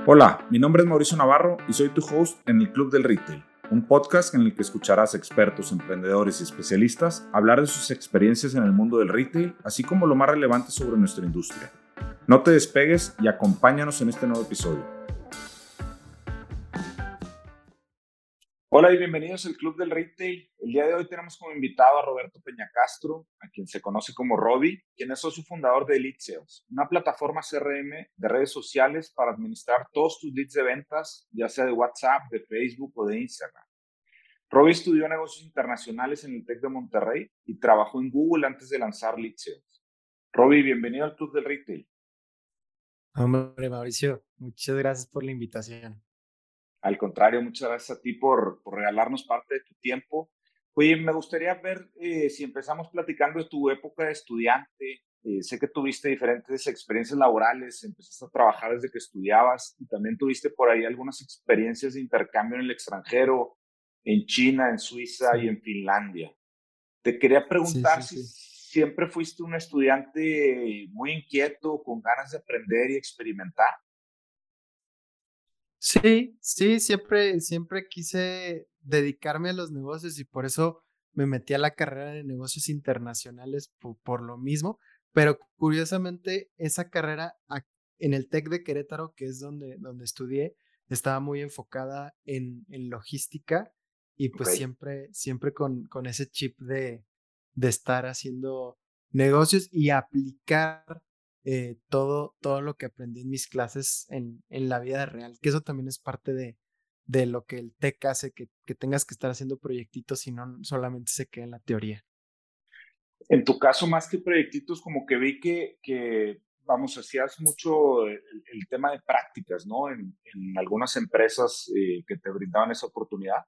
Hola, mi nombre es Mauricio Navarro y soy tu host en el Club del Retail, un podcast en el que escucharás expertos, emprendedores y especialistas hablar de sus experiencias en el mundo del retail, así como lo más relevante sobre nuestra industria. No te despegues y acompáñanos en este nuevo episodio. Hola y bienvenidos al Club del Retail. El día de hoy tenemos como invitado a Roberto Peñacastro, a quien se conoce como Robbie, quien es socio fundador de Elite Sales, una plataforma CRM de redes sociales para administrar todos tus leads de ventas, ya sea de WhatsApp, de Facebook o de Instagram. Robbie estudió negocios internacionales en el TEC de Monterrey y trabajó en Google antes de lanzar Elite Sales. Robbie, bienvenido al Club del Retail. Hombre, Mauricio, muchas gracias por la invitación. Al contrario, muchas gracias a ti por regalarnos parte de tu tiempo. Oye, me gustaría ver si empezamos platicando de tu época de estudiante. Sé que tuviste diferentes experiencias laborales, empezaste a trabajar desde que estudiabas y también tuviste por ahí algunas experiencias de intercambio en el extranjero, en China, en Suiza y Sí, en Finlandia. Te quería sí, preguntar sí, si sí. siempre fuiste un estudiante muy inquieto, con ganas de aprender y experimentar. Sí, sí, siempre quise dedicarme a los negocios y por eso me metí a la carrera de negocios internacionales por lo mismo, pero curiosamente esa carrera en el TEC de Querétaro, que es donde estudié, estaba muy enfocada en logística y Ok. pues siempre con ese chip de estar haciendo negocios y aplicar todo lo que aprendí en mis clases en la vida real, que eso también es parte de lo que el TEC hace, que tengas que estar haciendo proyectitos y no solamente se quede en la teoría. En tu caso, más que proyectitos, como que vi que vamos, hacías mucho el tema de prácticas, ¿no? En algunas empresas que te brindaban esa oportunidad.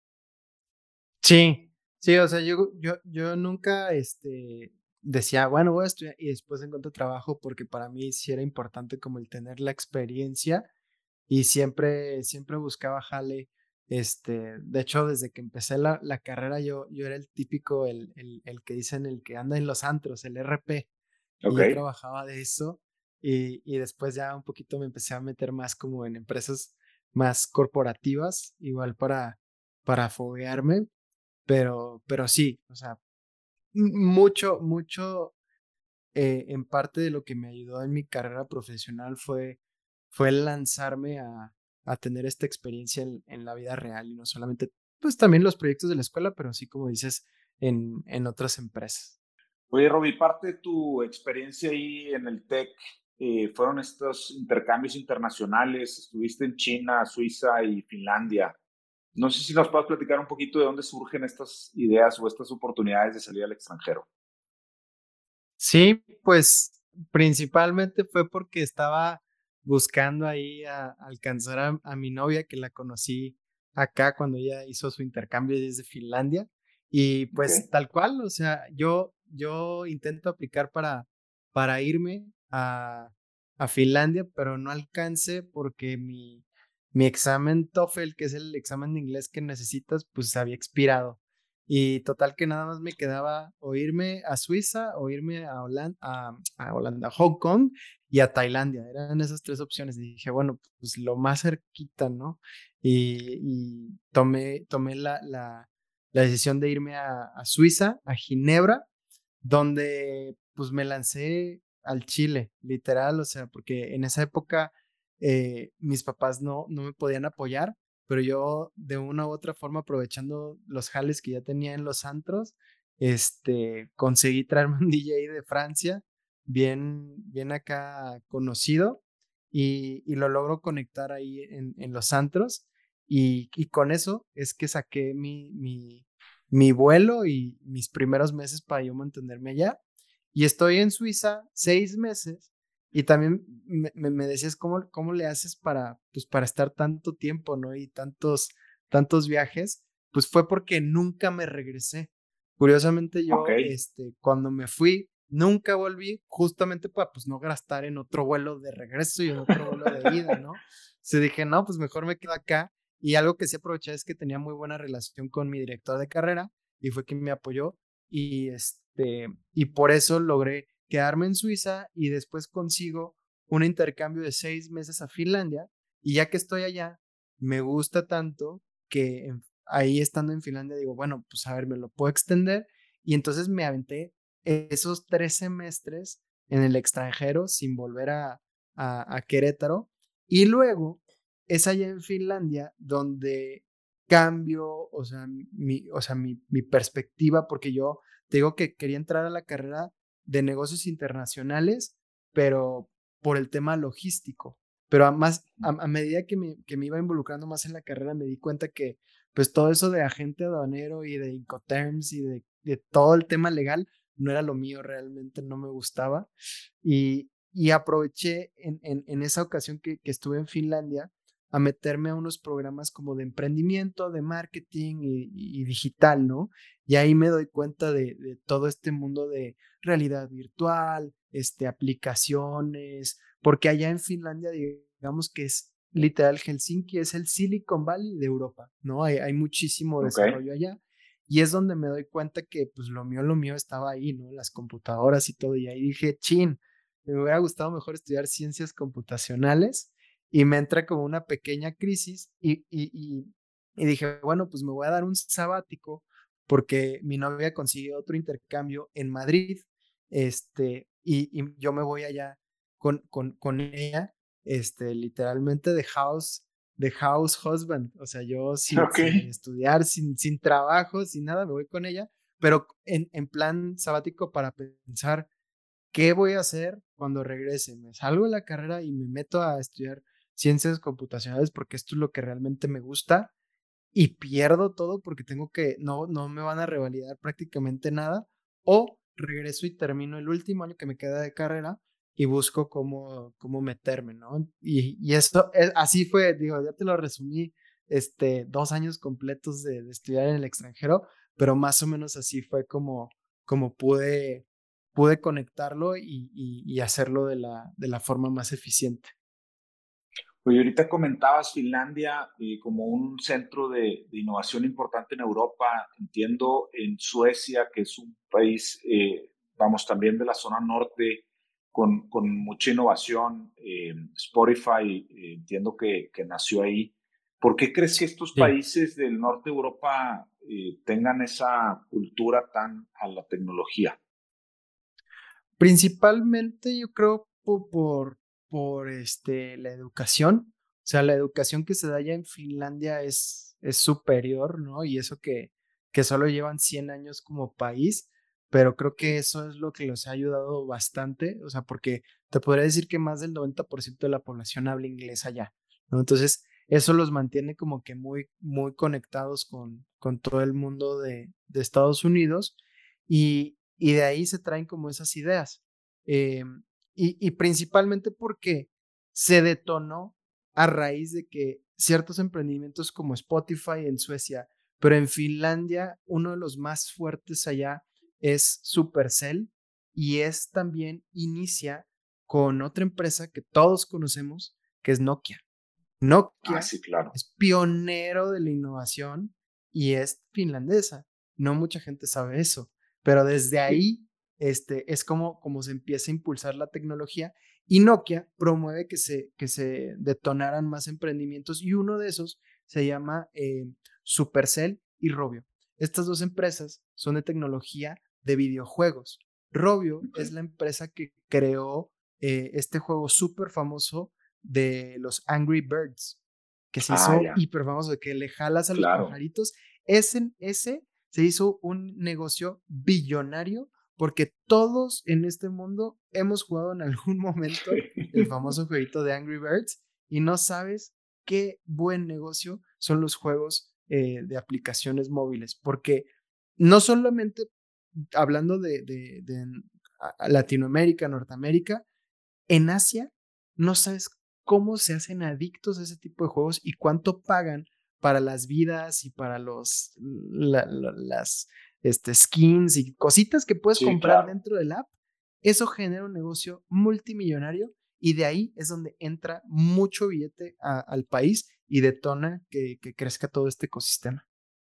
Sí, sí, o sea, yo nunca decía, bueno, voy a estudiar y después encuentro trabajo porque para mí sí era importante como el tener la experiencia y siempre buscaba jale. De hecho, desde que empecé la carrera, yo era el típico, el que dicen, el que anda en los antros, el RP, y Ok. yo trabajaba de eso, y después ya un poquito me empecé a meter más como en empresas más corporativas, igual para foguearme, pero sí, o sea, mucho en parte de lo que me ayudó en mi carrera profesional fue el lanzarme a tener esta experiencia en la vida real y no solamente, pues también los proyectos de la escuela, pero sí, como dices, en otras empresas. Oye, Roby, parte de tu experiencia ahí en el TEC fueron estos intercambios internacionales. Estuviste en China, Suiza y Finlandia. No sé si nos puedes platicar un poquito de dónde surgen estas ideas o estas oportunidades de salir al extranjero. Sí, pues principalmente fue porque estaba buscando ahí alcanzar a mi novia que la conocí acá cuando ella hizo su intercambio desde Finlandia y Ok. pues tal cual, o sea, yo intento aplicar para irme a Finlandia, pero no alcancé porque mi examen TOEFL, que es el examen de inglés que necesitas, pues había expirado. Y total que nada más me quedaba o irme a Suiza o irme a Hong Kong y a Tailandia. Eran esas tres opciones. Y dije, bueno, pues lo más cerquita, ¿no? Y tomé la decisión de irme a Suiza, a Ginebra, donde pues me lancé al Chile, literal, o sea, porque en esa época mis papás no me podían apoyar, pero yo de una u otra forma, aprovechando los jales que ya tenía en los antros, conseguí traerme un DJ de Francia, bien acá conocido, y lo logro conectar ahí en los antros, y con eso es que saqué mi vuelo y mis primeros meses para yo mantenerme allá. Y estoy en Suiza 6 meses y también me decías cómo le haces pues, para estar tanto tiempo, ¿no? Y tantos viajes. Pues fue porque nunca me regresé. Curiosamente Ok. yo, cuando me fui, nunca volví justamente para pues no gastar en otro vuelo de regreso y en otro vuelo de ida, ¿no? Se dije, no, pues mejor me quedo acá. Y algo que sí aproveché es que tenía muy buena relación con mi director de carrera y fue quien me apoyó y por eso logré quedarme en Suiza y después consigo un intercambio de 6 meses a Finlandia Y ya que estoy allá, me gusta tanto que ahí estando en Finlandia digo, bueno, pues a ver, me lo puedo extender. Y entonces me aventé esos 3 semestres en el extranjero sin volver a Querétaro. Y luego es allá en Finlandia donde cambio, o sea, mi perspectiva, porque yo te digo que quería entrar a la carrera de negocios internacionales, pero por el tema logístico. Pero a medida que me iba involucrando más en la carrera, me di cuenta que pues todo eso de agente aduanero y de Incoterms y de todo el tema legal no era lo mío, realmente no me gustaba. Y aproveché en esa ocasión que estuve en Finlandia a meterme a unos programas como de emprendimiento, de marketing y digital, ¿no? Y ahí me doy cuenta de todo este mundo de realidad virtual, aplicaciones, porque allá en Finlandia, digamos que es literal, Helsinki es el Silicon Valley de Europa, ¿no? Hay muchísimo Ok. desarrollo allá y es donde me doy cuenta que pues lo mío estaba ahí, ¿no? Las computadoras y todo, y ahí dije, chin, me hubiera gustado mejor estudiar ciencias computacionales y me entra como una pequeña crisis y dije, bueno, pues me voy a dar un sabático porque mi novia consiguió otro intercambio en Madrid, y yo me voy allá con ella, literalmente de house husband, o sea, yo Ok. sin estudiar, sin trabajo, sin nada, me voy con ella, pero en plan sabático para pensar qué voy a hacer cuando regrese. Me salgo de la carrera y me meto a estudiar ciencias computacionales porque esto es lo que realmente me gusta y pierdo todo porque no me van a revalidar prácticamente nada, o regreso y termino el último año que me queda de carrera y busco cómo meterme, ¿no? Y esto, así fue, digo, ya te lo resumí, 2 años completos de estudiar en el extranjero, pero más o menos así fue como pude conectarlo y hacerlo de la forma más eficiente. Oye, ahorita comentabas Finlandia como un centro de innovación importante en Europa. Entiendo en Suecia, que es un país, vamos, también de la zona norte, con mucha innovación. Spotify, entiendo que nació ahí. ¿Por qué crees que estos Sí. países del norte de Europa tengan esa cultura tan a la tecnología? Principalmente yo creo por la educación, o sea, la educación que se da allá en Finlandia es superior, ¿no? Y eso que solo llevan 100 años como país, pero creo que eso es lo que los ha ayudado bastante, o sea, porque te podría decir que más del 90% de la población habla inglés allá, ¿no? Entonces, eso los mantiene como que muy, muy conectados con todo el mundo de Estados Unidos y de ahí se traen como esas ideas. Eh, y principalmente porque se detonó a raíz de que ciertos emprendimientos como Spotify en Suecia, pero en Finlandia uno de los más fuertes allá es Supercell y es también inicia con otra empresa que todos conocemos, que es Nokia. Ah, Nokia sí, claro. es pionero de la innovación y es finlandesa. No mucha gente sabe eso, pero desde Sí. ahí es como se empieza a impulsar la tecnología y Nokia promueve que se detonaran más emprendimientos y uno de esos se llama Supercell y Rovio. Estas dos empresas son de tecnología de videojuegos. Rovio Ok. es la empresa que creó este juego súper famoso de los Angry Birds, que se Ah, hizo ya. hiper famoso, de que le jalas a los Claro. pajaritos. Ese se hizo un negocio billonario porque todos en este mundo hemos jugado en algún momento el famoso jueguito de Angry Birds y no sabes qué buen negocio son los juegos de aplicaciones móviles, porque no solamente hablando de Latinoamérica, Norteamérica, en Asia no sabes cómo se hacen adictos a ese tipo de juegos y cuánto pagan para las vidas y para las skins y cositas que puedes Sí, comprar claro. dentro del app. Eso genera un negocio multimillonario y de ahí es donde entra mucho billete al país y detona que crezca todo este ecosistema.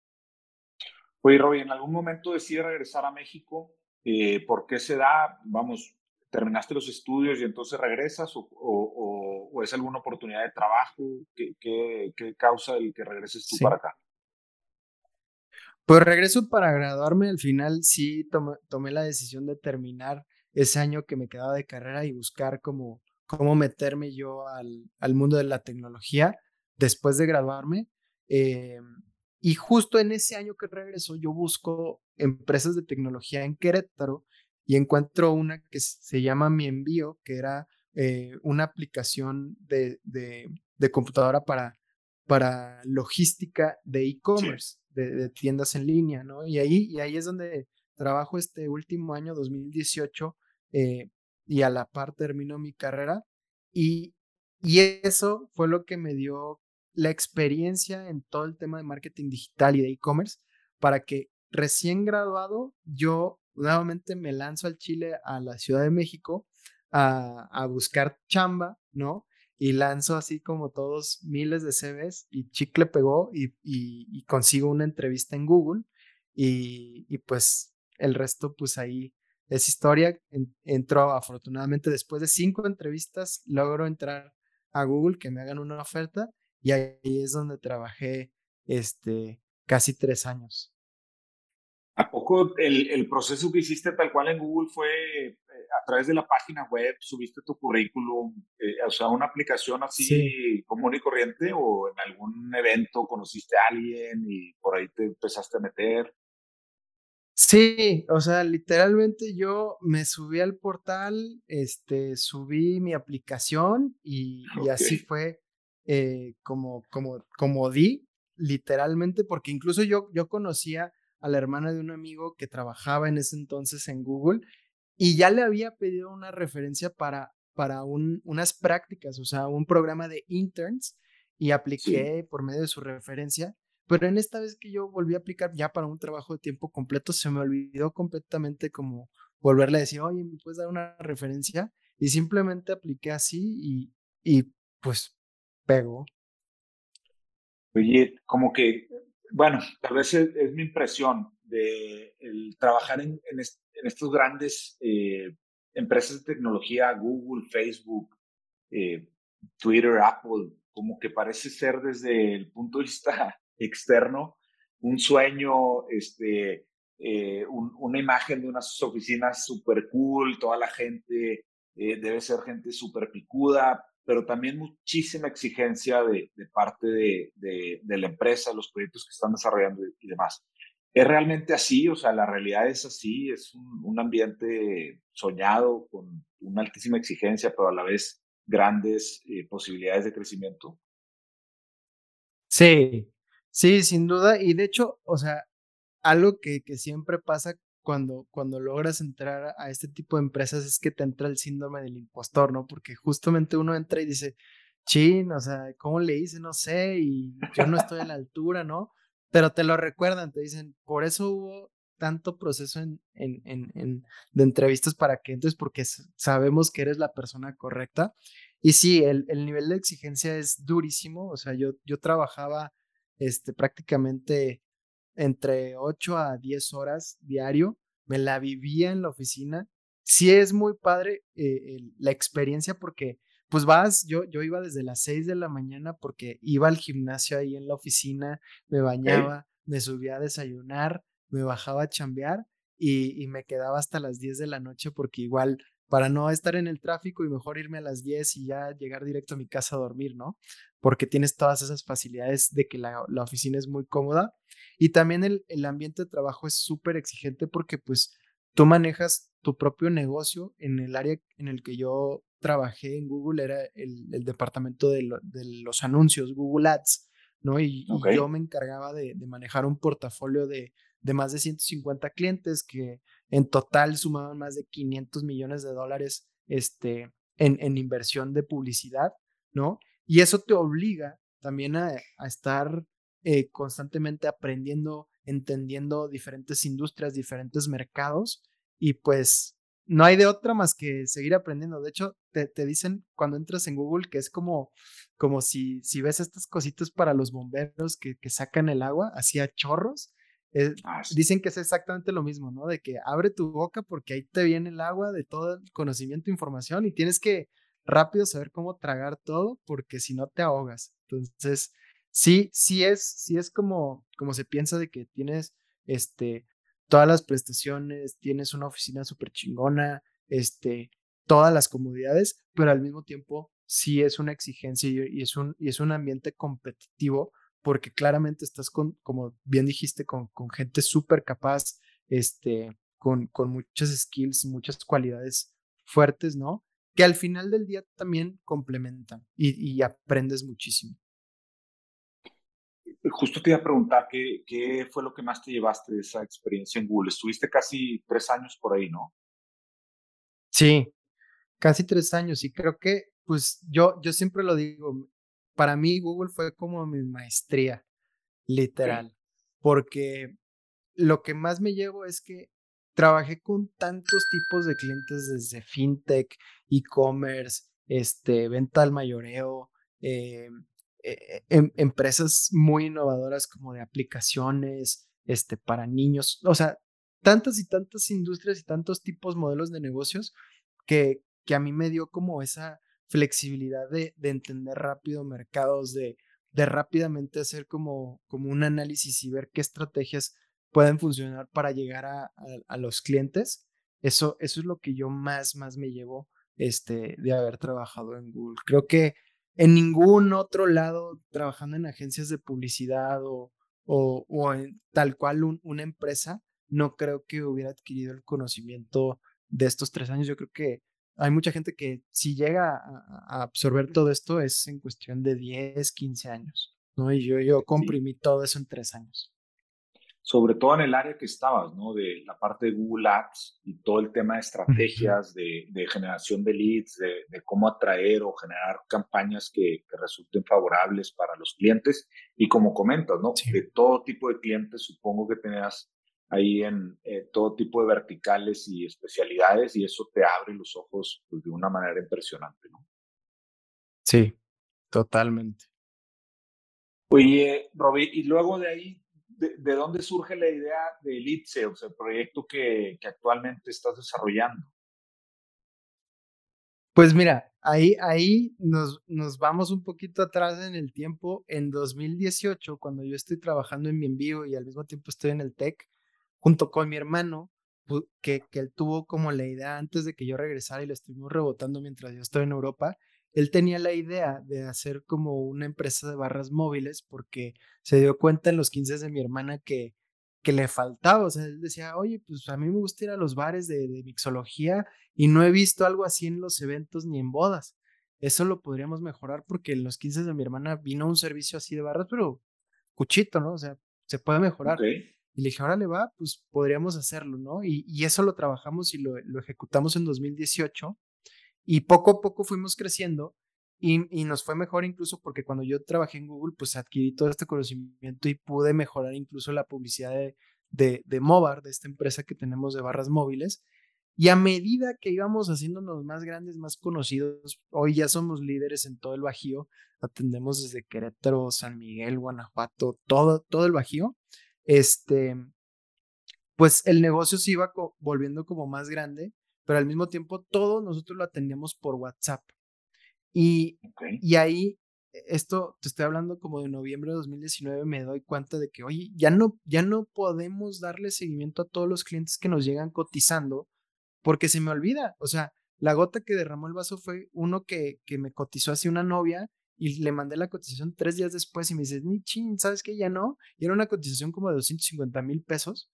Oye, Robbie, ¿en algún momento decides regresar a México? ¿Por qué se da? Vamos, ¿terminaste los estudios y entonces regresas o o es alguna oportunidad de trabajo? ¿Qué causa el que regreses tú para Sí. acá? Pues regreso para graduarme, al final sí tomé la decisión de terminar ese año que me quedaba de carrera y buscar cómo meterme yo al mundo de la tecnología después de graduarme. Y justo en ese año que regreso, yo busco empresas de tecnología en Querétaro y encuentro una que se llama Mi Envío, que era una aplicación de computadora para logística de Sí. e-commerce, de tiendas en línea, ¿no? Y ahí es donde trabajo este último año, 2018, eh, y a la par termino mi carrera. Y, y eso fue lo que me dio la experiencia en todo el tema de marketing digital y de e-commerce para que recién graduado yo nuevamente me lanzo al Chile, a la Ciudad de México, a buscar chamba, ¿no? Y lanzo así como todos miles de CVs y chicle pegó y consigo una entrevista en Google y pues el resto pues ahí es historia. Entró afortunadamente después de 5 entrevistas, logro entrar a Google, que me hagan una oferta y ahí es donde trabajé casi 3 años. ¿A poco el proceso que hiciste tal cual en Google fue a través de la página web, subiste tu currículum, o sea, una aplicación Sí. así común y corriente o en algún evento conociste a alguien y por ahí te empezaste a meter? Sí, o sea, literalmente yo me subí al portal, subí mi aplicación y Ok, así fue como di, literalmente, porque incluso yo conocía a la hermana de un amigo que trabajaba en ese entonces en Google y ya le había pedido una referencia para unas prácticas, o sea, un programa de interns y sí. apliqué por medio de su referencia, pero en esta vez que yo volví a aplicar ya para un trabajo de tiempo completo, se me olvidó completamente como volverle a decir, oye, ¿me puedes dar una referencia? Y simplemente apliqué así y pues pegó. Oye, como que, bueno, tal vez es mi impresión de el trabajar en estos grandes empresas de tecnología, Google, Facebook, eh, Twitter, Apple, como que parece ser desde el punto de vista externo un sueño, una imagen de unas oficinas súper cool, toda la gente debe ser gente súper picuda, pero también muchísima exigencia de parte de la empresa, los proyectos que están desarrollando y demás. ¿Es realmente así? O sea, la realidad es así, es un ambiente soñado con una altísima exigencia, pero a la vez grandes posibilidades de crecimiento. Sí, sí, sin duda. Y de hecho, o sea, algo que siempre pasa cuando logras entrar a este tipo de empresas es que te entra el síndrome del impostor, ¿no? Porque justamente uno entra y dice, chin, o sea, ¿cómo le hice? No sé, y yo no estoy a la altura, ¿no? Pero te lo recuerdan, te dicen, por eso hubo tanto proceso de entrevistas para que entres, porque sabemos que eres la persona correcta. Y sí, el nivel de exigencia es durísimo, o sea, yo trabajaba prácticamente entre 8 a 10 horas diario, me la vivía en la oficina. Sí es muy padre la experiencia porque pues yo iba desde las 6 de la mañana porque iba al gimnasio ahí en la oficina, me ¿Ok? bañaba, me subía a desayunar, me bajaba a chambear y me quedaba hasta las 10 de la noche porque igual para no estar en el tráfico y mejor irme a las 10 y ya llegar directo a mi casa a dormir, ¿no? Porque tienes todas esas facilidades de que la oficina es muy cómoda y también el ambiente de trabajo es súper exigente porque pues tú manejas tu propio negocio. En el área en el que yo trabajé en Google era el departamento de los anuncios, Google Ads, ¿no? ¿Ok? Y yo me encargaba de manejar un portafolio de más de 150 clientes que en total sumaban más de 500 millones de dólares en inversión de publicidad, ¿no? Y eso te obliga también a estar constantemente aprendiendo, entendiendo diferentes industrias, diferentes mercados y pues no hay de otra más que seguir aprendiendo. De hecho, te dicen cuando entras en Google que es como si ves estas cositas para los bomberos que sacan el agua hacia chorros. Ah, sí. Dicen que es exactamente lo mismo, ¿no? De que abre tu boca porque ahí te viene el agua de todo el conocimiento e información y tienes que rápido saber cómo tragar todo, porque si no te ahogas. Entonces, sí es como se piensa de que tienes, todas las prestaciones, tienes una oficina súper chingona, todas las comodidades, pero al mismo tiempo sí es una exigencia y es un ambiente competitivo porque claramente estás como bien dijiste, con gente súper capaz, con muchas skills, muchas cualidades fuertes, ¿no? Que al final del día también complementan y aprendes muchísimo. Justo te iba a preguntar, ¿qué fue lo que más te llevaste de esa experiencia en Google? Estuviste casi 3 años por ahí, ¿no? Sí, casi 3 años y creo que, pues yo siempre lo digo, para mí Google fue como mi maestría, Ok, literal, porque lo que más me llevo es que trabajé con tantos tipos de clientes desde fintech, e-commerce, venta al mayoreo, eh, empresas muy innovadoras como de aplicaciones, para niños, o sea, tantas y tantas industrias y tantos tipos, modelos de negocios que a mí me dio como esa flexibilidad de entender rápido mercados, de rápidamente hacer como un análisis y ver qué estrategias pueden funcionar para llegar a los clientes. Eso es lo que yo más me llevo de haber trabajado en Google. Creo que en ningún otro lado, trabajando en agencias de publicidad o en tal cual una empresa, no creo que hubiera adquirido el conocimiento de estos 3 años. Yo creo que hay mucha gente que si llega a absorber todo esto es en cuestión de 10 15 años, ¿no? Y yo sí. comprimí todo eso en 3 años. Sobre todo en el área que estabas, ¿no? De la parte de Google Ads y todo el tema de Ujú. estrategias, de generación de leads, de cómo atraer o generar campañas que resulten favorables para los clientes. Y como comentas, ¿no? Sí. De todo tipo de clientes, supongo que tenías ahí en todo tipo de verticales y especialidades y eso te abre los ojos pues, de una manera impresionante, ¿no? Sí, totalmente. Oye, Robbie, y luego de ahí, ¿de dónde surge la idea de Lead Sales, el proyecto que actualmente estás desarrollando? Pues mira, ahí nos vamos un poquito atrás en el tiempo. En 2018, cuando yo estoy trabajando en mi envío y al mismo tiempo estoy en el tech, junto con mi hermano, que él tuvo como la idea antes de que yo regresara y lo estuvimos rebotando mientras yo estaba en Europa, él tenía la idea de hacer como una empresa de barras móviles porque se dio cuenta en los 15 de mi hermana que le faltaba. O sea, él decía, oye, pues a mí me gusta ir a los bares de mixología y no he visto algo así en los eventos ni en bodas. Eso lo podríamos mejorar porque en los 15 de mi hermana vino un servicio así de barras, pero cuchito, ¿no? O sea, se puede Ok, mejorar. Y le dije, órale, va, pues podríamos hacerlo, ¿no? Y eso lo trabajamos y lo ejecutamos en 2018 y poco a poco fuimos creciendo y nos fue mejor incluso porque cuando yo trabajé en Google, pues adquirí todo este conocimiento y pude mejorar incluso la publicidad de Movar, de esta empresa que tenemos de barras móviles. Y a medida que íbamos haciéndonos más grandes, más conocidos, hoy ya somos líderes en todo el Bajío, atendemos desde Querétaro, San Miguel, Guanajuato, todo el Bajío. Este, pues el negocio se iba volviendo como más grande, pero al mismo tiempo todo nosotros lo atendíamos por WhatsApp. Y, ok, y ahí, esto te estoy hablando como de noviembre de 2019, me doy cuenta de que, oye, ya no podemos darle seguimiento a todos los clientes que nos llegan cotizando porque se me olvida. O sea, la gota que derramó el vaso fue uno que me cotizó así una novia y le mandé la cotización 3 días después y me dice, ni chin, ¿sabes qué? Ya no. Y era una cotización como de 250,000 pesos.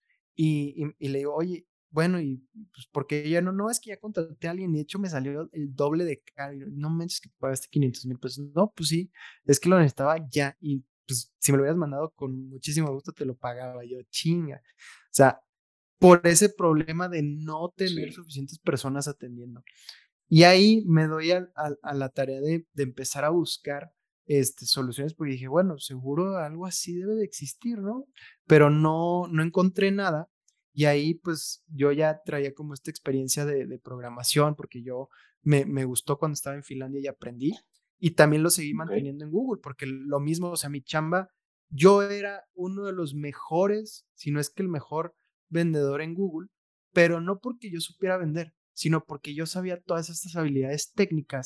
Y le digo, oye, bueno, y pues porque ella no, es que ya contraté a alguien y de hecho me salió el doble de caro. Y yo, no manches que pagaste 500,000 pesos. No, pues sí, es que lo necesitaba ya. Y pues si me lo hubieras mandado con muchísimo gusto te lo pagaba. Yo, chinga. O sea, por ese problema de no tener sí, suficientes personas atendiendo. Y ahí me doy a la tarea de empezar a buscar soluciones, porque dije, bueno, seguro algo así debe de existir, ¿no? Pero no encontré nada. Y ahí pues yo ya traía como esta experiencia de programación, porque yo me gustó cuando estaba en Finlandia y aprendí. Y también lo seguí ok, manteniendo en Google, porque lo mismo, o sea, mi chamba, yo era uno de los mejores, si no es que el mejor vendedor en Google, pero no porque yo supiera vender, sino porque yo sabía todas estas habilidades técnicas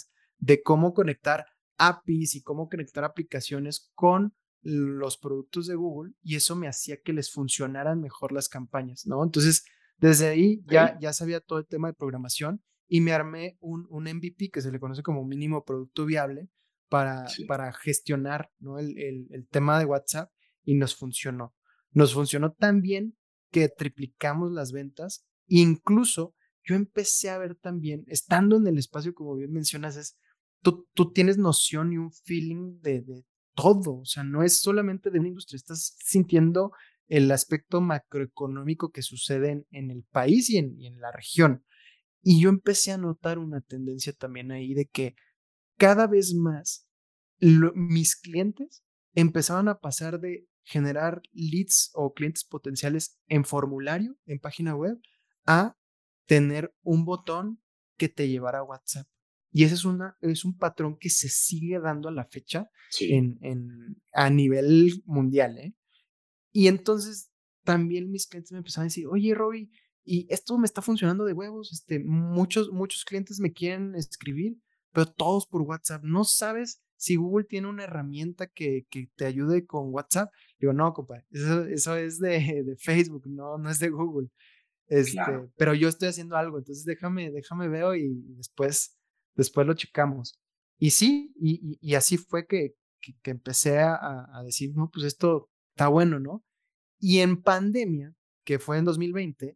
de cómo conectar APIs y cómo conectar aplicaciones con los productos de Google, y eso me hacía que les funcionaran mejor las campañas, ¿no? Entonces, desde ahí Ok, ya sabía todo el tema de programación y me armé un MVP que se le conoce como mínimo producto viable sí, para gestionar, ¿no? El tema de WhatsApp, y nos funcionó. Nos funcionó tan bien que triplicamos las ventas. Incluso yo empecé a ver también, estando en el espacio, como bien mencionas, tú tienes noción y un feeling de todo. O sea, no es solamente de una industria, estás sintiendo el aspecto macroeconómico que sucede en el país y en la región. Y yo empecé a notar una tendencia también ahí de que cada vez más mis clientes empezaban a pasar de generar leads o clientes potenciales en formulario, en página web, a tener un botón que te llevara a WhatsApp. Y ese es un patrón que se sigue dando a la fecha sí, a nivel mundial, ¿eh? Y entonces también mis clientes me empezaron a decir, oye, Robbie, y esto me está funcionando de huevos, muchos clientes me quieren escribir, pero todos por WhatsApp. ¿No sabes si Google tiene una herramienta que te ayude con WhatsApp? Digo, no, compadre, eso es de Facebook, no es de Google. claro, Pero yo estoy haciendo algo, entonces déjame veo y después lo checamos. Y sí, y así fue que empecé a decir, no, pues esto está bueno, ¿no? Y en pandemia, que fue en 2020,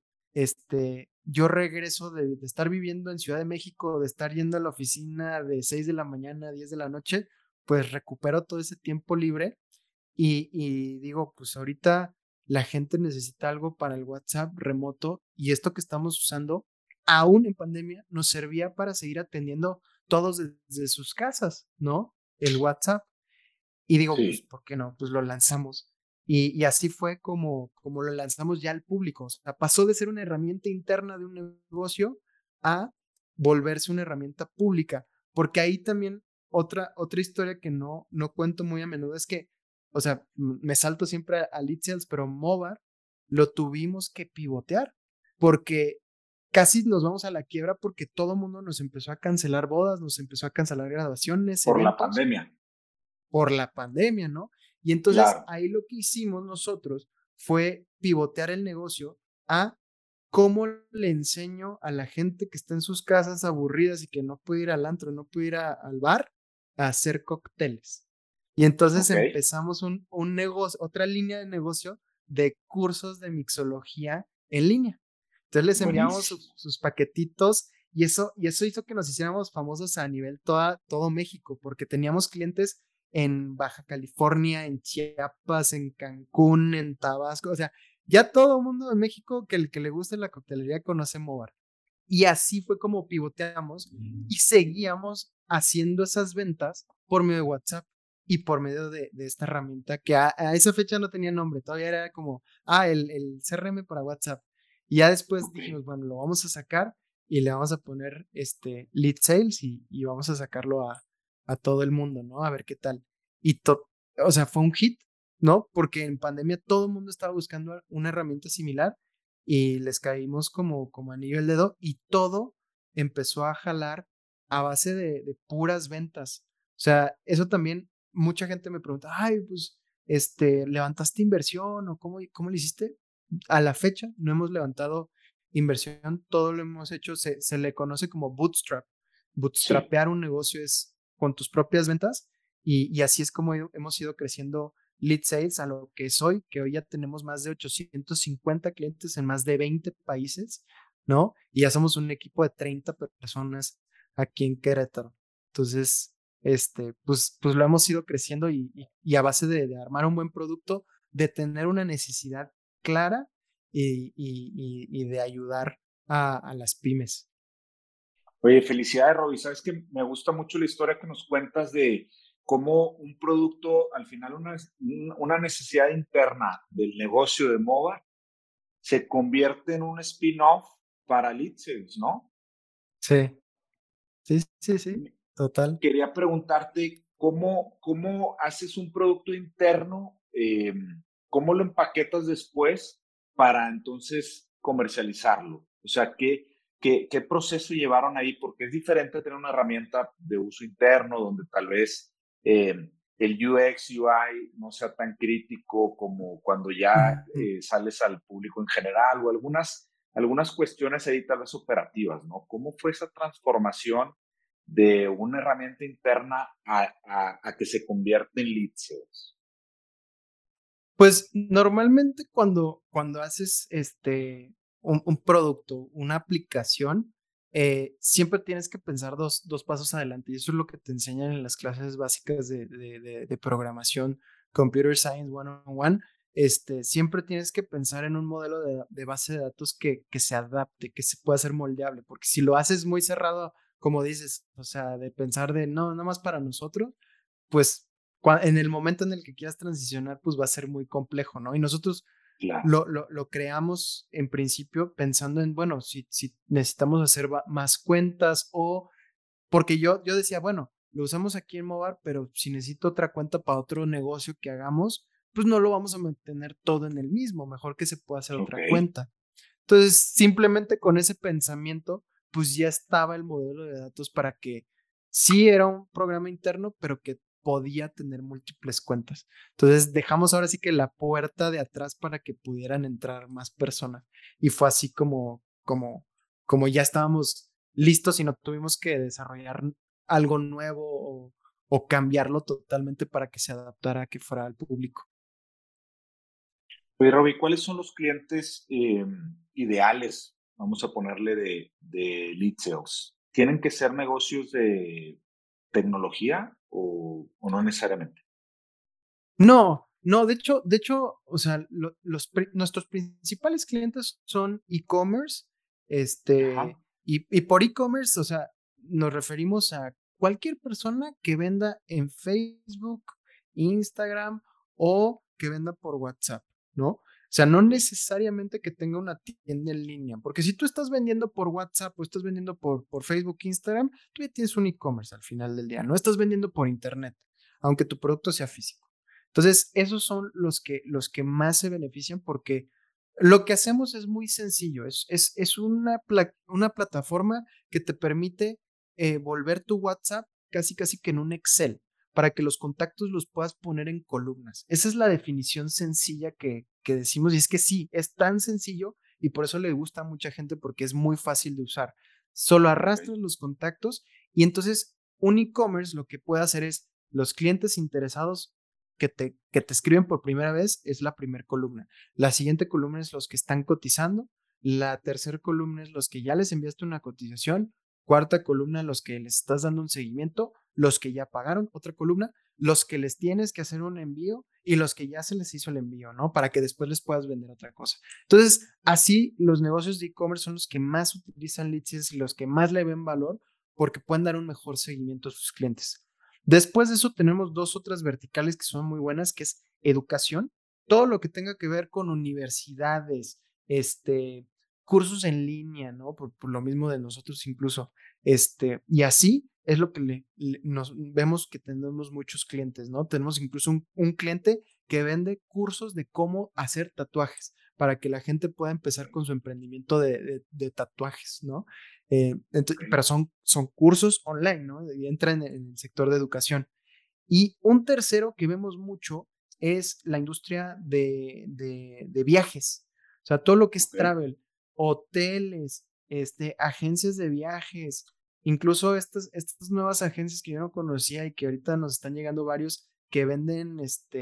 yo regreso de estar viviendo en Ciudad de México, de estar yendo a la oficina de 6 de la mañana a 10 de la noche, pues recupero todo ese tiempo libre y digo, pues ahorita la gente necesita algo para el WhatsApp remoto, y esto que estamos usando, aún en pandemia, nos servía para seguir atendiendo todos desde sus casas, ¿no? El WhatsApp. Y digo, pues, sí, ¿por qué no? Pues lo lanzamos. Y así fue como lo lanzamos ya al público. O sea, pasó de ser una herramienta interna de un negocio a volverse una herramienta pública. Porque ahí también otra historia que no cuento muy a menudo es que, o sea, me salto siempre a Lead Sales, pero Movar lo tuvimos que pivotear porque casi nos vamos a la quiebra porque todo el mundo nos empezó a cancelar bodas, nos empezó a cancelar graduaciones, por la eventos pandemia, por la pandemia, ¿no? Y entonces claro, ahí lo que hicimos nosotros fue pivotear el negocio a cómo le enseño a la gente que está en sus casas aburridas y que no puede ir al antro, no puede ir al bar, a hacer cócteles. Y entonces ok, empezamos un negocio, otra línea de negocio de cursos de mixología en línea. Entonces les enviamos buenísimo, sus paquetitos, y eso hizo que nos hiciéramos famosos a nivel todo México, porque teníamos clientes en Baja California, en Chiapas, en Cancún, en Tabasco. O sea, ya todo el mundo de México que le guste la coctelería conoce Movar. Y así fue como pivoteamos y seguíamos haciendo esas ventas por medio de WhatsApp y por medio de esta herramienta que a esa fecha no tenía nombre, todavía era como, el CRM para WhatsApp. Y ya después ok. dijimos, bueno, lo vamos a sacar y le vamos a poner lead sales, y vamos a sacarlo a todo el mundo, ¿no? A ver qué tal. Y o sea, fue un hit, ¿no? Porque en pandemia todo el mundo estaba buscando una herramienta similar y les caímos como anillo al dedo, y todo empezó a jalar a base de puras ventas. O sea, eso también mucha gente me pregunta, ay, pues, ¿levantaste inversión o cómo lo hiciste? A la fecha no hemos levantado inversión, todo lo hemos hecho, se le conoce como bootstrap. Sí, Bootstrapear un negocio es con tus propias ventas, y así es como hemos ido creciendo lead sales a lo que es hoy, que hoy ya tenemos más de 850 clientes en más de 20 países, ¿no? Y ya somos un equipo de 30 personas aquí en Querétaro. Entonces, pues lo hemos ido creciendo, y a base de armar un buen producto, de tener una necesidad clara y de ayudar a las pymes. oye, felicidades, Roby. Sabes que me gusta mucho la historia que nos cuentas de cómo un producto, al final una necesidad interna del negocio de MOBA, se convierte en un spin-off para Lead Sales, ¿no? Sí, sí, total. Quería preguntarte cómo haces un producto interno, cómo lo empaquetas después para entonces comercializarlo. O sea, ¿qué proceso llevaron ahí? Porque es diferente tener una herramienta de uso interno donde tal vez el UX, UI no sea tan crítico como cuando ya Ujú. sales al público en general o algunas cuestiones ahí tal vez operativas, ¿no? ¿Cómo fue esa transformación de una herramienta interna a que se convierte en lead sales? Pues normalmente cuando haces un producto, una aplicación, siempre tienes que pensar dos pasos adelante. Y eso es lo que te enseñan en las clases básicas de programación, Computer Science 101. Siempre tienes que pensar en un modelo de base de datos que se adapte, que se pueda hacer moldeable, porque si lo haces muy cerrado, como dices, o sea, de pensar de no, nada más para nosotros, pues en el momento en el que quieras transicionar, pues va a ser muy complejo, ¿no? Y nosotros Claro, lo creamos en principio pensando en, bueno, si necesitamos hacer más cuentas o, porque yo decía, bueno, lo usamos aquí en Movar, pero si necesito otra cuenta para otro negocio que hagamos, pues no lo vamos a mantener todo en el mismo, mejor que se pueda hacer ok, otra cuenta. Entonces, simplemente con ese pensamiento, pues ya estaba el modelo de datos para que sí era un programa interno, pero que podía tener múltiples cuentas. Entonces, dejamos ahora sí que la puerta de atrás para que pudieran entrar más personas. Y fue así como ya estábamos listos y no tuvimos que desarrollar algo nuevo o cambiarlo totalmente para que se adaptara a que fuera al público. oye, Robbie, ¿cuáles son los clientes ideales, vamos a ponerle, de lead sales? ¿Tienen que ser negocios de tecnología o no necesariamente? No, no, de hecho, o sea, nuestros principales clientes son e-commerce, Ajá, y por e-commerce, o sea, nos referimos a cualquier persona que venda en Facebook, Instagram o que venda por WhatsApp, ¿no? O sea, no ok, necesariamente que tenga una tienda en línea, porque si tú estás vendiendo por WhatsApp o estás vendiendo por Facebook, Instagram, tú ya tienes un e-commerce al final del día, no estás vendiendo por internet, aunque tu producto sea físico. Entonces, esos son los que más se benefician porque lo que hacemos es muy sencillo, es una plataforma que te permite volver tu WhatsApp casi casi que en un Excel para que los contactos los puedas poner en columnas. Esa es la definición sencilla que decimos y es que sí, es tan sencillo y por eso le gusta a mucha gente porque es muy fácil de usar. Solo ok, arrastras los contactos y entonces un e-commerce lo que puede hacer es los clientes interesados que te escriben por primera vez es la primera columna. La siguiente columna es los que están cotizando. La tercera columna es los que ya les enviaste una cotización. Cuarta columna, los que les estás dando un seguimiento. Los que ya pagaron, otra columna. Los que les tienes que hacer un envío y los que ya se les hizo el envío, ¿no? Para que después les puedas vender otra cosa. Entonces, así los negocios de e-commerce son los que más utilizan leads y los que más le ven valor porque pueden dar un mejor seguimiento a sus clientes. Después de eso tenemos dos otras verticales que son muy buenas, que es educación, todo lo que tenga que ver con universidades, cursos en línea, ¿no? Por lo mismo de nosotros incluso, y así es lo que nos vemos que tenemos muchos clientes, ¿no? Tenemos incluso un cliente que vende cursos de cómo hacer tatuajes para que la gente pueda empezar con su emprendimiento de tatuajes, ¿no? ok, Pero son cursos online, ¿no? Y entran en el sector de educación. Y un tercero que vemos mucho es la industria de viajes. O sea, todo lo que es ok. travel, hoteles, agencias de viajes, incluso estas nuevas agencias que yo no conocía y que ahorita nos están llegando varios que venden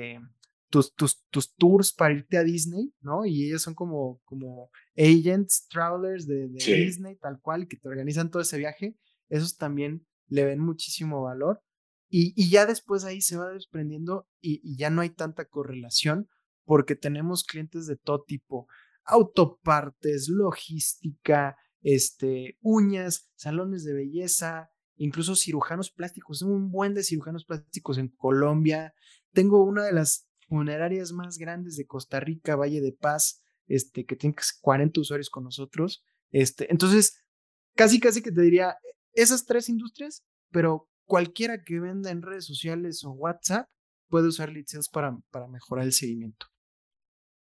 tus tours para irte a Disney, ¿no? Y ellos son como agents, travelers de Sí, Disney, tal cual, que te organizan todo ese viaje. Esos también le ven muchísimo valor. Y ya después ahí se va desprendiendo y ya no hay tanta correlación porque tenemos clientes de todo tipo, autopartes, logística, uñas, salones de belleza, incluso cirujanos plásticos. Tengo un buen de cirujanos plásticos en Colombia. Tengo una de las funerarias más grandes de Costa Rica, Valle de Paz, que tiene 40 usuarios con nosotros. Entonces, casi que te diría, esas tres industrias, pero cualquiera que venda en redes sociales o WhatsApp puede usar lead sales para mejorar el seguimiento.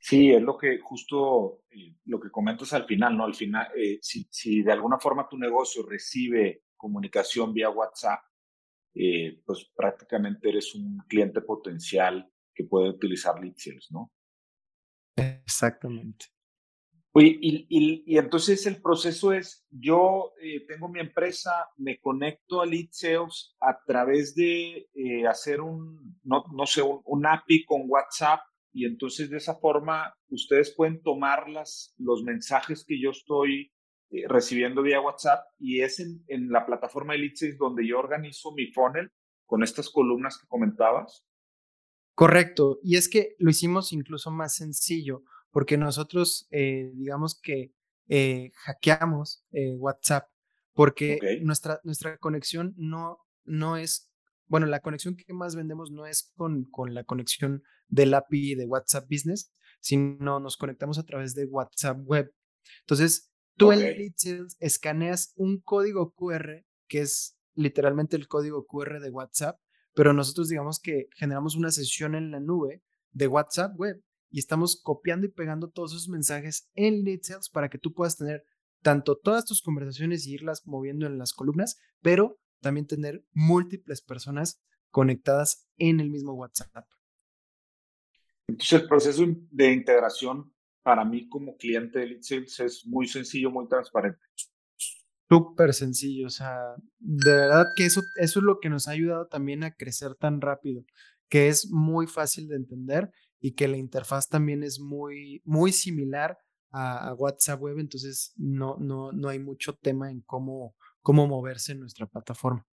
Sí, es lo que justo lo que comentas al final, ¿no? Al final, si de alguna forma tu negocio recibe comunicación vía WhatsApp, pues prácticamente eres un cliente potencial que puede utilizar lead sales, ¿no? Exactamente. Oye, y entonces el proceso es, yo tengo mi empresa, me conecto a Lead Sales a través de hacer no sé, un API con WhatsApp y entonces de esa forma ustedes pueden tomar los mensajes que yo estoy recibiendo vía WhatsApp y es en la plataforma de Lead Sales donde yo organizo mi funnel con estas columnas que comentabas. Correcto. Y es que lo hicimos incluso más sencillo, porque nosotros, digamos que hackeamos WhatsApp, Ok, porque nuestra conexión no es, bueno, la conexión que más vendemos no es con la conexión del API de WhatsApp Business, sino nos conectamos a través de WhatsApp Web. Entonces, tú ok. en Lead Sales escaneas un código QR, que es literalmente el código QR de WhatsApp, pero nosotros digamos que generamos una sesión en la nube de WhatsApp web y estamos copiando y pegando todos esos mensajes en Lead Sales para que tú puedas tener tanto todas tus conversaciones y irlas moviendo en las columnas, pero también tener múltiples personas conectadas en el mismo WhatsApp. Entonces, el proceso de integración para mí como cliente de Lead Sales es muy sencillo, muy transparente. Súper sencillo, o sea, de verdad que eso es lo que nos ha ayudado también a crecer tan rápido, que es muy fácil de entender y que la interfaz también es muy similar a WhatsApp Web, entonces no hay mucho tema en cómo moverse en nuestra plataforma.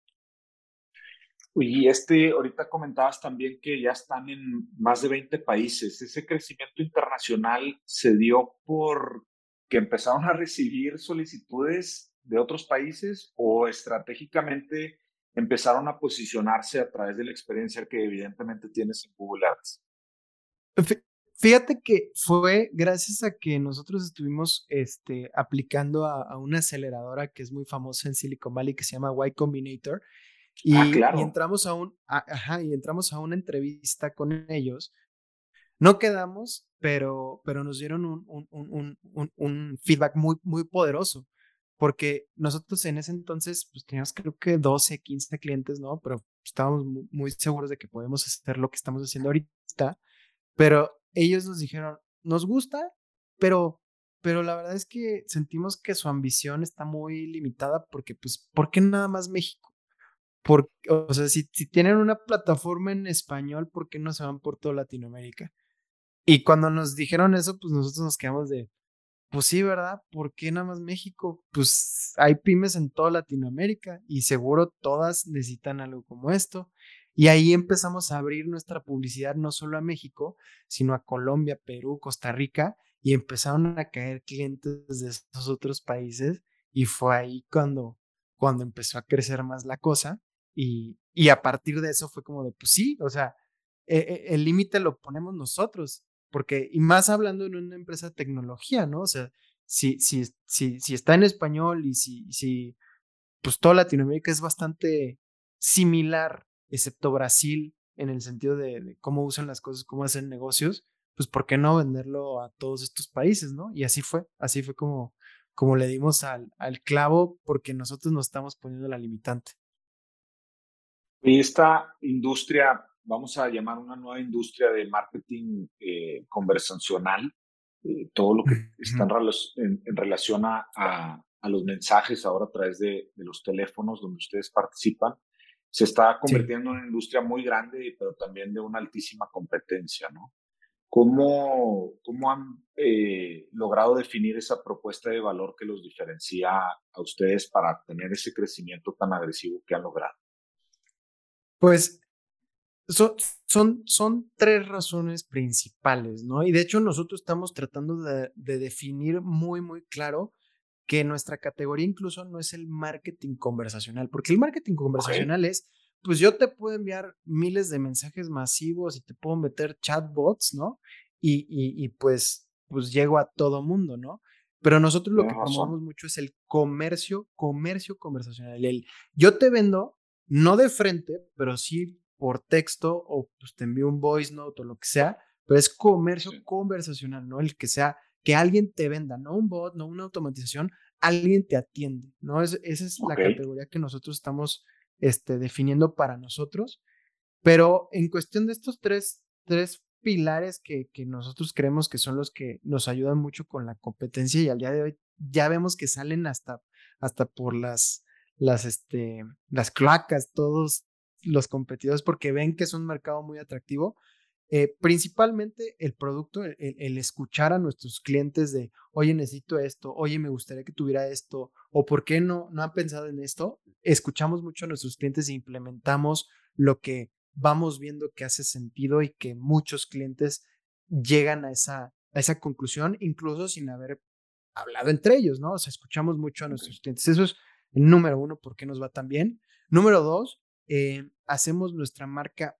Y ahorita comentabas también que ya están en más de 20 países. ¿Ese crecimiento internacional se dio por que empezaron a recibir solicitudes de otros países o estratégicamente empezaron a posicionarse a través de la experiencia que evidentemente tienes en Google Ads? Fí- Fíjate que fue gracias a que nosotros estuvimos aplicando a una aceleradora que es muy famosa en Silicon Valley que se llama Y Combinator. Ah, Y claro. entramos y entramos a una entrevista con ellos. No quedamos, pero nos dieron un feedback muy poderoso, porque nosotros en ese entonces, pues teníamos creo que 12 15 clientes, ¿no? Pero estábamos muy seguros de que podemos hacer lo que estamos haciendo ahorita, pero ellos nos dijeron, nos gusta, pero, pero la verdad es que sentimos que su ambición está muy limitada porque, pues, ¿por qué nada más México? O sea, si tienen una plataforma en español, ¿por qué no se van por toda Latinoamérica? Y cuando nos dijeron eso, pues nosotros nos quedamos de, pues sí, ¿verdad? ¿Por qué nada más México? Pues hay pymes en toda Latinoamérica y seguro todas necesitan algo como esto. Y ahí empezamos a abrir nuestra publicidad no solo a México, sino a Colombia, Perú, Costa Rica, y empezaron a caer clientes de esos otros países y fue ahí cuando empezó a crecer más la cosa y a partir de eso fue como de, pues sí, o sea, el límite lo ponemos nosotros porque, y más hablando en una empresa de tecnología, ¿no? O sea, si está en español y si pues toda Latinoamérica es bastante similar, excepto Brasil, en el sentido de cómo usan las cosas, cómo hacen negocios, pues ¿por qué no venderlo a todos estos países, ¿no? Y así fue como le dimos al clavo, porque nosotros nos estamos poniendo la limitante. Y esta industria, vamos a llamar una nueva industria de marketing conversacional, todo lo que está Ujú. en relación a los mensajes ahora a través de los teléfonos donde ustedes participan, se está Sí. convirtiendo en una industria muy grande, pero también de una altísima competencia, ¿no? ¿Cómo han logrado definir esa propuesta de valor que los diferencia a ustedes para tener ese crecimiento tan agresivo que han logrado? Pues Son, son tres razones principales, ¿no? Y de hecho nosotros estamos tratando de definir muy claro que nuestra categoría incluso no es el marketing conversacional, porque el marketing Ok. conversacional es, pues yo te puedo enviar miles de mensajes masivos y te puedo meter chatbots, ¿no? Pues llego a todo mundo, ¿no? Pero nosotros lo que Tienes razón. promovemos mucho es el comercio conversacional. Yo te vendo, no de frente, pero sí por texto o pues te envío un voice note o lo que sea, pero es comercio Sí, conversacional, ¿no? El que sea, que alguien te venda, no un bot, no una automatización, alguien te atiende, ¿no? Esa es la ok, categoría que nosotros estamos definiendo para nosotros, pero en cuestión de estos tres pilares que nosotros creemos que son los que nos ayudan mucho con la competencia y al día de hoy ya vemos que salen hasta por las, las cloacas, todos los competidores, porque ven que es un mercado muy atractivo. Principalmente el producto, el escuchar a nuestros clientes de, oye, necesito esto, oye, me gustaría que tuviera esto, o por qué no han pensado en esto. Escuchamos mucho a nuestros clientes e implementamos lo que vamos viendo que hace sentido y que muchos clientes llegan a esa conclusión, incluso sin haber hablado entre ellos, ¿no? O sea, escuchamos mucho a ok, nuestros clientes. Eso es el número uno, ¿por qué nos va tan bien? Número dos, hacemos nuestra marca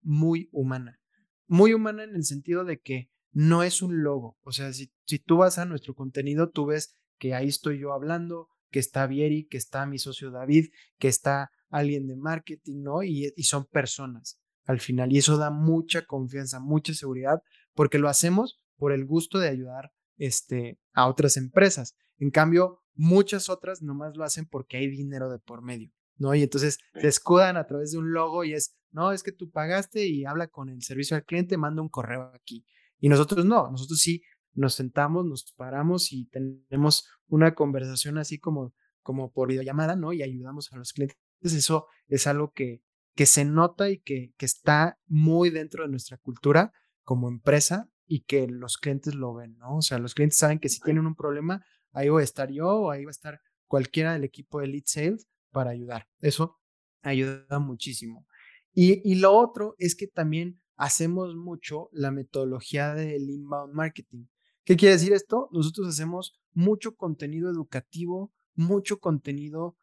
muy humana en el sentido de que no es un logo. O sea, si tú vas a nuestro contenido, tú ves que ahí estoy yo hablando, que está Vieri, que está mi socio David, que está alguien de marketing, ¿no? Y son personas al final. Y eso da mucha confianza, mucha seguridad, porque lo hacemos por el gusto de ayudar a otras empresas. En cambio, muchas otras nomás lo hacen porque hay dinero de por medio, ¿no? Y entonces se ok, escudan a través de un logo y es, no, es que tú pagaste y habla con el servicio al cliente, manda un correo aquí. Y nosotros no, nosotros sí nos sentamos, nos paramos y tenemos una conversación así como por videollamada, ¿no? Y ayudamos a los clientes. Eso es algo que se nota y que está muy dentro de nuestra cultura como empresa y que los clientes lo ven, ¿no? O sea, los clientes saben que si ok, tienen un problema, ahí voy a estar yo o ahí va a estar cualquiera del equipo de Lead Sales para ayudar. Eso ayuda muchísimo. Y lo otro es que también hacemos mucho la metodología del inbound marketing. ¿Qué quiere decir esto? Nosotros hacemos mucho contenido educativo, mucho contenido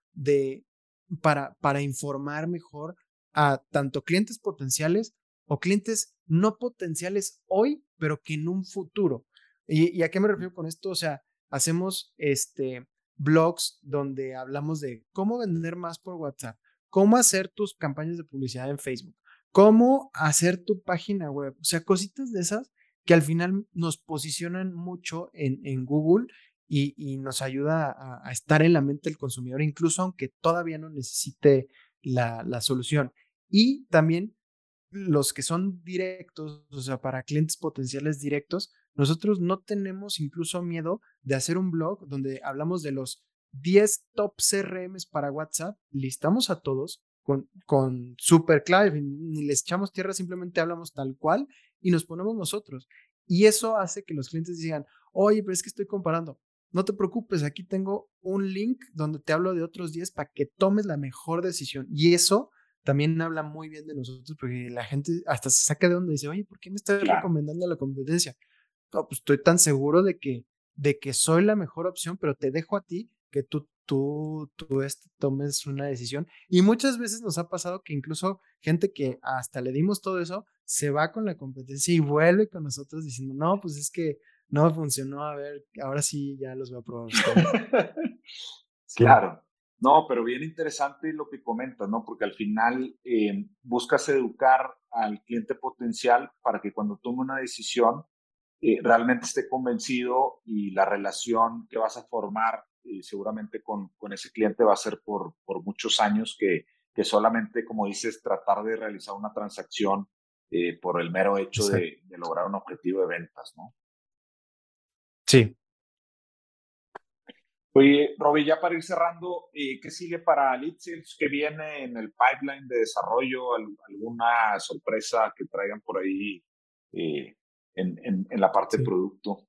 para informar mejor a tanto clientes potenciales o clientes no potenciales hoy, pero que en un futuro. ¿Y a qué me refiero con esto? O sea, hacemos blogs donde hablamos de cómo vender más por WhatsApp, cómo hacer tus campañas de publicidad en Facebook, cómo hacer tu página web, o sea, cositas de esas que al final nos posicionan mucho en Google y nos ayuda a estar en la mente del consumidor, incluso aunque todavía no necesite la solución. Y también los que son directos, o sea, para clientes potenciales directos, nosotros no tenemos incluso miedo de hacer un blog donde hablamos de los 10 top CRMs para WhatsApp, listamos a todos con super clave, ni les echamos tierra, simplemente hablamos tal cual y nos ponemos nosotros. Y eso hace que los clientes digan, oye, pero es que estoy comparando. No te preocupes, aquí tengo un link donde te hablo de otros 10 para que tomes la mejor decisión. Y eso también habla muy bien de nosotros porque la gente hasta se saca de onda y dice, oye, ¿por qué me estás claro. recomendando la competencia? No, pues estoy tan seguro de que soy la mejor opción, pero te dejo a ti que tú tomes una decisión. Y muchas veces nos ha pasado que incluso gente que hasta le dimos todo eso, se va con la competencia y vuelve con nosotros diciendo, no, pues es que no funcionó, a ver, ahora sí ya los voy a probar ustedes. Sí, Claro. No, pero bien interesante lo que comentas, ¿no? Porque al final buscas educar al cliente potencial para que cuando tome una decisión realmente esté convencido y la relación que vas a formar seguramente con ese cliente va a ser por muchos años que solamente, como dices, tratar de realizar una transacción por el mero hecho exacto. de lograr un objetivo de ventas, ¿no? Sí. Oye, Robbie, ya para ir cerrando, ¿qué sigue para Lead Sales? ¿Qué viene en el pipeline de desarrollo? ¿Alguna sorpresa que traigan por ahí eh, en la parte de Sí. producto?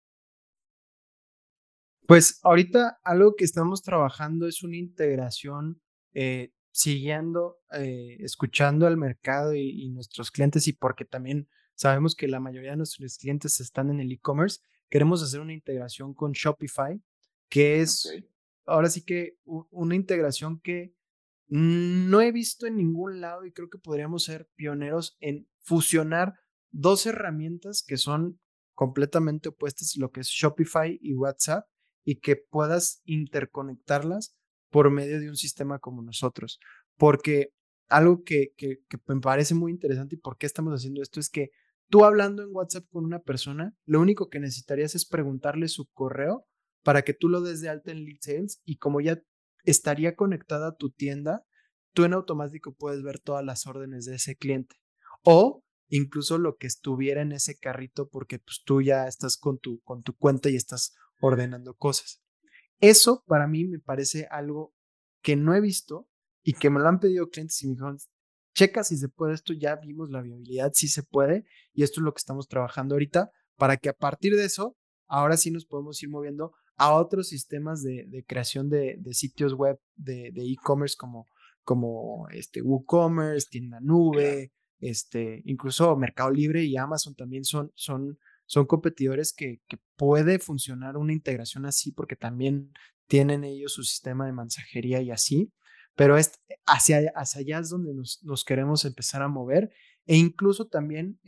Pues ahorita algo que estamos trabajando es una integración, siguiendo, escuchando al mercado y nuestros clientes y porque también sabemos que la mayoría de nuestros clientes están en el e-commerce, queremos hacer una integración con Shopify, que Ok, es ahora sí que una integración que no he visto en ningún lado y creo que podríamos ser pioneros en fusionar dos herramientas que son completamente opuestas, lo que es Shopify y WhatsApp, y que puedas interconectarlas por medio de un sistema como nosotros. Porque algo que me parece muy interesante y por qué estamos haciendo esto es que tú hablando en WhatsApp con una persona, lo único que necesitarías es preguntarle su correo para que tú lo des de alta en Lead Sales y como ya estaría conectada a tu tienda, tú en automático puedes ver todas las órdenes de ese cliente o incluso lo que estuviera en ese carrito porque pues tú ya estás con tu cuenta y estás ordenando cosas. Eso para mí me parece algo que no he visto y que me lo han pedido clientes y me dijeron, checa si se puede esto, ya vimos la viabilidad, si se puede, y esto es lo que estamos trabajando ahorita para que a partir de eso, ahora sí nos podemos ir moviendo a otros sistemas de creación de sitios web de e-commerce como WooCommerce, tienda Claro. nube, incluso Mercado Libre y Amazon también son competidores que puede funcionar una integración así porque también tienen ellos su sistema de mensajería y así, pero hacia allá es donde nos queremos empezar a mover e incluso también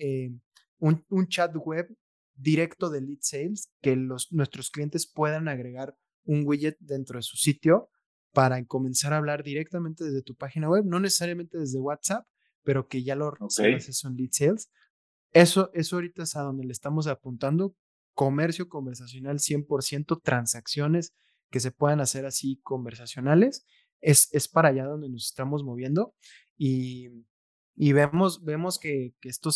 un chat web directo de lead sales que nuestros clientes puedan agregar un widget dentro de su sitio para comenzar a hablar directamente desde tu página web, no necesariamente desde WhatsApp, pero que ya lo Ok. recibas eso en lead sales. Eso ahorita es a donde le estamos apuntando. Comercio conversacional 100%, transacciones que se puedan hacer así conversacionales. Es para allá donde nos estamos moviendo y, y vemos que esto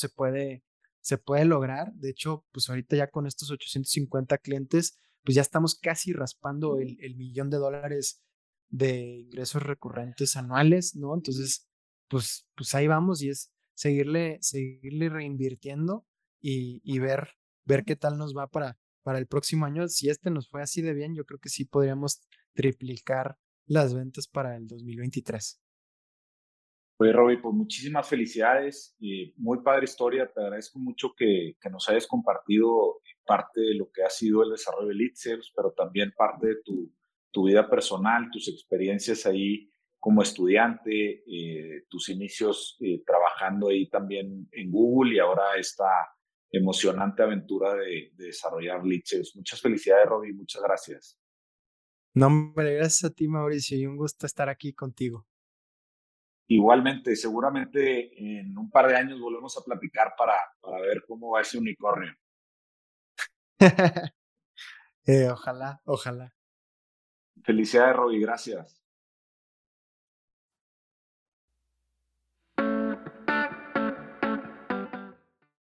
se puede lograr. De hecho, pues ahorita ya con estos 850 clientes, pues ya estamos casi raspando el $1,000,000 de ingresos recurrentes anuales, ¿no? Entonces, pues ahí vamos y es seguirle reinvirtiendo y ver qué tal nos va para el próximo año. Si nos fue así de bien, yo creo que sí podríamos triplicar las ventas para el 2023. Oye, Robbie, pues muchísimas felicidades y muy padre historia. Te agradezco mucho que nos hayas compartido parte de lo que ha sido el desarrollo de Leadservice, pero también parte de tu vida personal, tus experiencias ahí como estudiante, tus inicios trabajando ahí también en Google y ahora esta emocionante aventura de desarrollar Leadservice. Muchas felicidades, Robbie, muchas gracias. No, hombre, gracias a ti, Mauricio, y un gusto estar aquí contigo. Igualmente, seguramente en un par de años volvemos a platicar para ver cómo va ese unicornio. Ojalá, ojalá. Felicidades, Robbie, gracias.